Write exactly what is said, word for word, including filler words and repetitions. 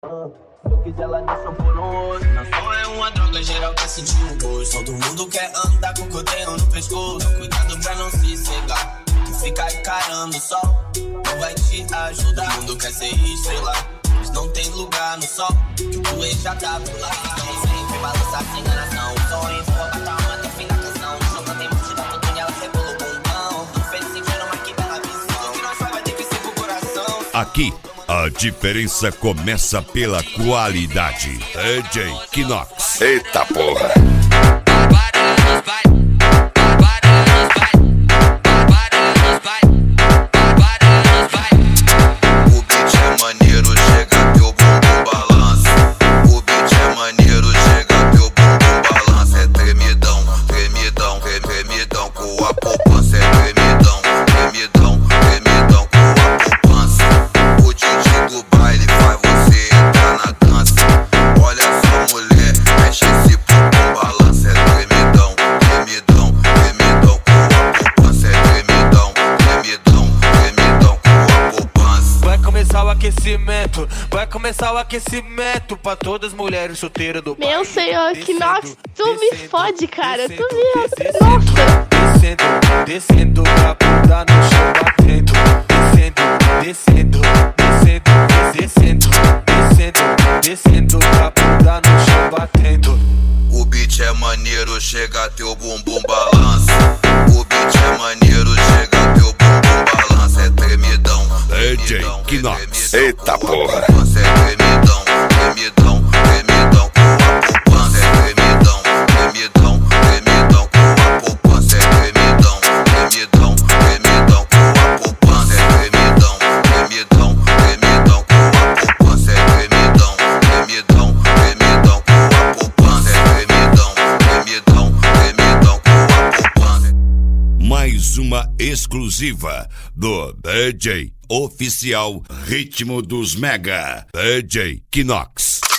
Se eu quiser ela deixa por hoje. Não sou é uma droga, geral quer sentir o gosto. Todo mundo quer andar com o que eu tenho no pescoço. Cuidado pra não se cegar, que ficar encarando o sol não vai te ajudar. Todo mundo quer ser estrela, mas não tem lugar no sol, que o tu já tá por lá. Então sempre balançar sem enganação. O sonho for matar uma até fim da canção. No jogo tem multidão, tudo nela rebolou o bumbão. Não fez sentido, mas que bela visão. Que nós vai ter que ser pro coração. Aqui a diferença começa pela qualidade. D J Kinox. Eita porra! O beat é maneiro, chega teu bumbum balança. O beat é maneiro, chega teu bumbum balança. É tremidão, tremidão, tremidão com a poupança. É tremidão, tremidão, tremidão com a poupança. O D J do baile faz você entrar na dança. Olha só, mulher, mexe esse bumbum balança. É tremidão, tremidão, tremidão com a poupança. É tremidão, tremidão, tremidão com a poupança. Vai começar o aquecimento, vai começar o aquecimento pra todas as mulheres solteiras do Meu baile. senhor, Descendo, Kinox, tu me descendo, fode, cara. Tu descendo, me... descendo, Nossa. Descendo, descendo pra bunda no chão batendo. Descendo, descendo, descendo, descendo, descendo, descendo pra bunda no chão batendo. O beat é maneiro, chega teu bumbum balança. O beat é maneiro, chega teu bumbum balança. É tremidão, D J tremidão, Kinox. tremidão Eita com a porra! poupança. É tremidão, tremidão, tremidão com a poupança. É tremidão, tremidão, tremidão com a poupança. É tremidão, tremidão, tremidão com a poupança. É tremidão, tremidão, tremidão com a poupança. É tremidão, tremidão, tremidão com a poupança. É tremidão, tremidão, tremidão com a poupança. Mais uma exclusiva do D J Oficial Ritmo dos Mega. D J Kinox.